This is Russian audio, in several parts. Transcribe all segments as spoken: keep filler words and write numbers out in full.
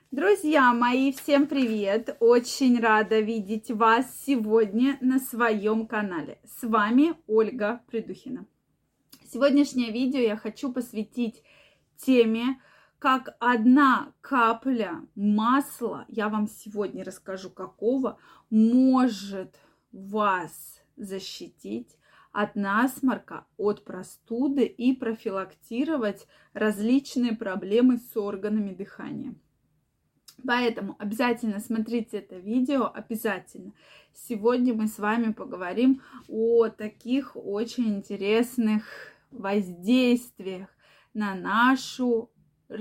Друзья мои, всем привет! Очень рада видеть вас сегодня на своем канале. С вами Ольга Придухина. Сегодняшнее видео я хочу посвятить теме, как одна капля масла, я вам сегодня расскажу какого, может вас защитить от насморка, от простуды и профилактировать различные проблемы с органами дыхания. Поэтому обязательно смотрите это видео, обязательно. Сегодня мы с вами поговорим о таких очень интересных воздействиях на нашу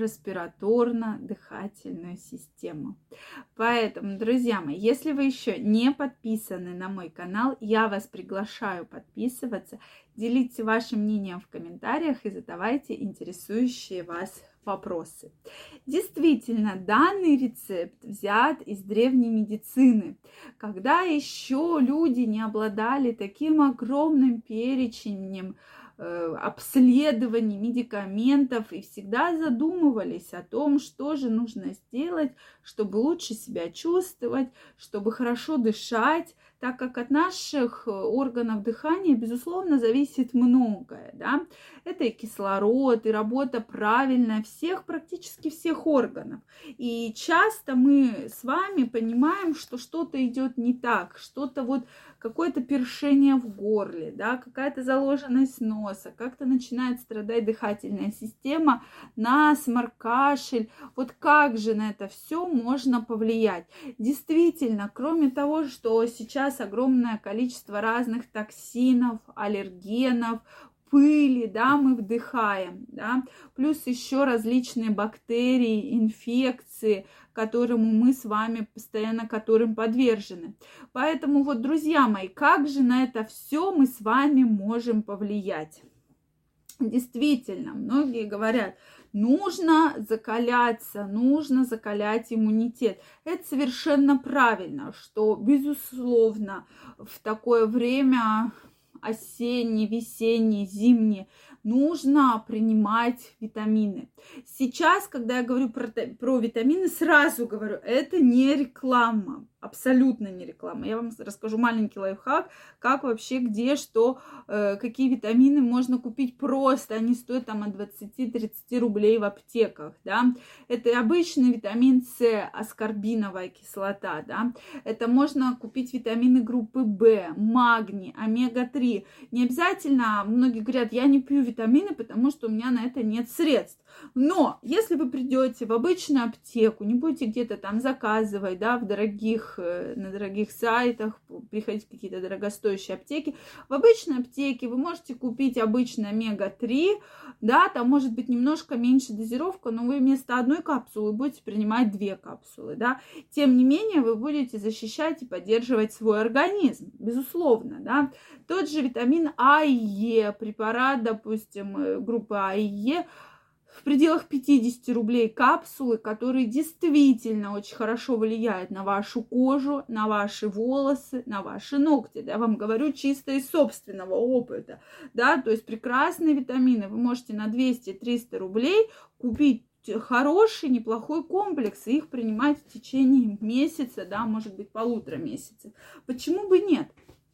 респираторно-дыхательную систему. Поэтому, друзья мои, если вы еще не подписаны на мой канал, я вас приглашаю подписываться, делитесь вашим мнением в комментариях и задавайте интересующие вас вопросы. Действительно, данный рецепт взят из древней медицины, когда еще люди не обладали таким огромным перечнем э, обследований, медикаментов и всегда задумывались о том, что же нужно сделать, чтобы лучше себя чувствовать, чтобы хорошо дышать, так как от наших органов дыхания, безусловно, зависит многое, да. Это и кислород, и работа правильная всех, практически всех органов. И часто мы с вами понимаем, что что-то идет не так, что-то вот, какое-то першение в горле, да, какая-то заложенность носа, как-то начинает страдать дыхательная система, насморк, кашель. Вот как же на это все можно повлиять? Действительно, кроме того, что сейчас огромное количество разных токсинов, аллергенов, пыли, да, мы вдыхаем, да, плюс еще различные бактерии, инфекции, которому мы с вами постоянно, которым подвержены. Поэтому вот, друзья мои, как же на это все мы с вами можем повлиять? Действительно, многие говорят, нужно закаляться, нужно закалять иммунитет. Это совершенно правильно, что, безусловно, в такое время осеннее, весеннее, зимнее нужно принимать витамины. Сейчас, когда я говорю про, про витамины, сразу говорю, это не реклама. Абсолютно не реклама. Я вам расскажу маленький лайфхак, как вообще, где, что, э, какие витамины можно купить просто. Они стоят там от двадцати-тридцати рублей в аптеках, да. Это обычный витамин С, аскорбиновая кислота, да. Это можно купить витамины группы В, магний, омега три. Не обязательно, многие говорят, я не пью витамины, потому что у меня на это нет средств. Но если вы придете в обычную аптеку, не будете где-то там заказывать, да, в дорогих, на дорогих сайтах, приходить в какие-то дорогостоящие аптеки, в обычной аптеке вы можете купить обычный омега три, да, там может быть немножко меньше дозировка, но вы вместо одной капсулы будете принимать две капсулы, да. Тем не менее, вы будете защищать и поддерживать свой организм, безусловно, да. Тот же витамин А и Е, препарат, допустим, группы А и Е, в пределах пятидесяти рублей капсулы, которые действительно очень хорошо влияют на вашу кожу, на ваши волосы, на ваши ногти. Да, я вам говорю чисто из собственного опыта. Да, то есть прекрасные витамины вы можете на двести-триста рублей купить хороший, неплохой комплекс и их принимать в течение месяца, да, может быть, полутора месяцев. Почему бы нет?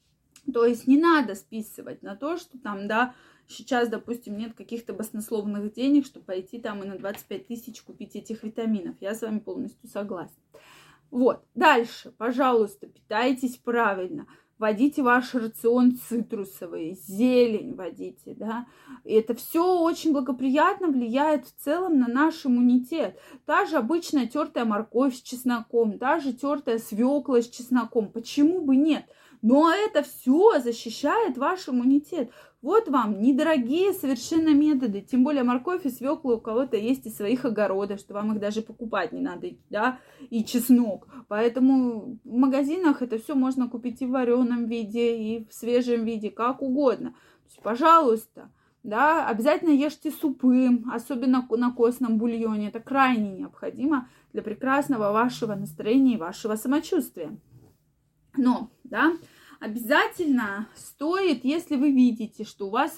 То есть не надо списывать на то, что там, да, сейчас, допустим, нет каких-то баснословных денег, чтобы пойти там и на двадцать пять тысяч купить этих витаминов. Я с вами полностью согласна. Вот. Дальше, пожалуйста, питайтесь правильно. Вводите ваш рацион цитрусовый, зелень вводите, да. И это все очень благоприятно влияет в целом на наш иммунитет. Та же обычная тертая морковь с чесноком, та же тертая свекла с чесноком. Почему бы нет? Но это все защищает ваш иммунитет. Вот вам недорогие совершенно методы. Тем более морковь и свекла у кого-то есть из своих огородов, что вам их даже покупать не надо, да, и чеснок. Поэтому в магазинах это все можно купить и в вареном виде, и в свежем виде, как угодно. То есть, пожалуйста, да, обязательно ешьте супы, особенно на костном бульоне. Это крайне необходимо для прекрасного вашего настроения и вашего самочувствия. Но, да, обязательно стоит, если вы видите, что у вас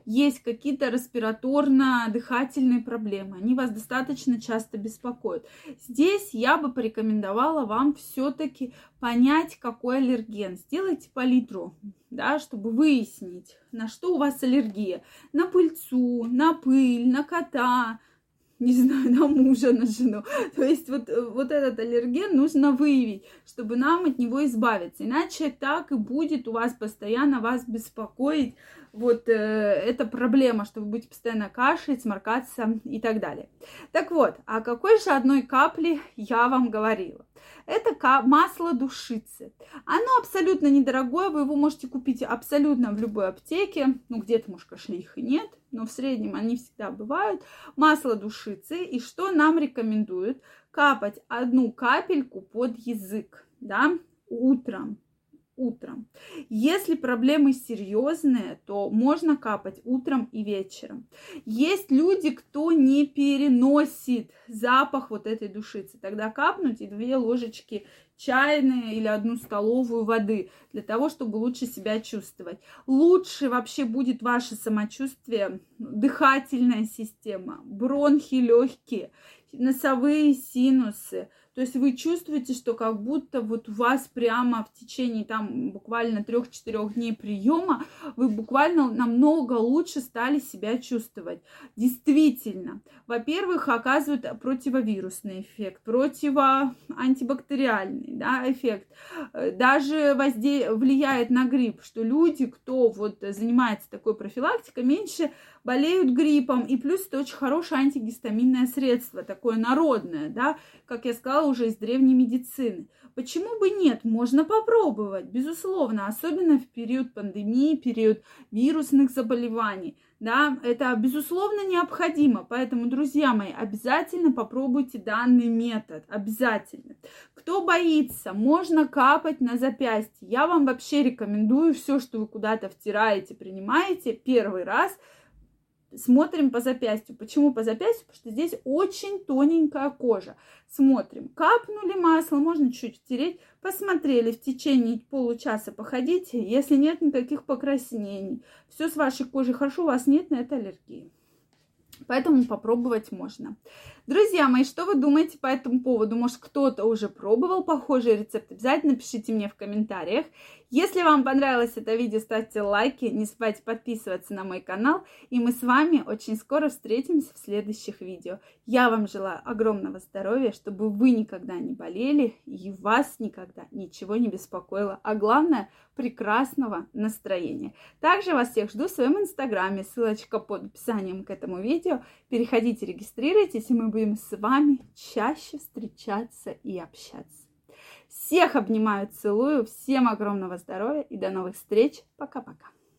есть какие-то респираторно-дыхательные проблемы, они вас достаточно часто беспокоят. Здесь я бы порекомендовала вам все-таки понять, какой аллерген. Сделайте палитру, да, чтобы выяснить, на что у вас аллергия. На пыльцу, на пыль, на кота, не знаю, на мужа, на жену. То есть вот, вот этот аллерген нужно выявить, чтобы нам от него избавиться. Иначе так и будет у вас постоянно вас беспокоить вот э, эта проблема, что вы будете постоянно кашлять, сморкаться и так далее. Так вот, о какой же одной капле я вам говорила? Это масло душицы. Оно абсолютно недорогое, вы его можете купить абсолютно в любой аптеке. Ну, где-то, может, конечно, их и нет, но в среднем они всегда бывают. Масло душицы. И что нам рекомендуют? Капать одну капельку под язык, да, утром. Утром. Если проблемы серьезные, то можно капать утром и вечером. Есть люди, кто не переносит запах вот этой душицы. Тогда капнуть и две ложечки чайные или одну столовую воды для того, чтобы лучше себя чувствовать. Лучше вообще будет ваше самочувствие, дыхательная система, бронхи, легкие, носовые синусы. То есть вы чувствуете, что как будто вот у вас прямо в течение там буквально трех-четырех дней приема вы буквально намного лучше стали себя чувствовать. Действительно. Во-первых, оказывает противовирусный эффект, противоантибактериальный, да, эффект. Даже возде... влияет на грипп, что люди, кто вот занимается такой профилактикой, меньше болеют гриппом. И плюс это очень хорошее антигистаминное средство, такое народное, да, как я сказала, уже из древней медицины. Почему бы нет? Можно попробовать, безусловно, особенно в период пандемии, период вирусных заболеваний. Да, это безусловно необходимо. Поэтому, друзья мои, обязательно попробуйте данный метод. Обязательно. Кто боится, можно капать на запястье. Я вам вообще рекомендую все, что вы куда-то втираете, принимаете, первый раз смотрим по запястью. Почему по запястью? Потому что здесь очень тоненькая кожа. Смотрим. Капнули масло, можно чуть втереть. Посмотрели, в течение получаса походите. Если нет никаких покраснений, все с вашей кожей хорошо, у вас нет на это аллергии. Поэтому попробовать можно. Друзья мои, что вы думаете по этому поводу? Может, кто-то уже пробовал похожий рецепт? Обязательно пишите мне в комментариях. Если вам понравилось это видео, ставьте лайки. Не забывайте подписываться на мой канал. И мы с вами очень скоро встретимся в следующих видео. Я вам желаю огромного здоровья, чтобы вы никогда не болели и вас никогда ничего не беспокоило. А главное, прекрасного настроения. Также вас всех жду в своем инстаграме. Ссылочка под описанием к этому видео. Переходите, регистрируйтесь, и мы будем с вами чаще встречаться и общаться. Всех обнимаю, целую, всем огромного здоровья и до новых встреч. Пока-пока.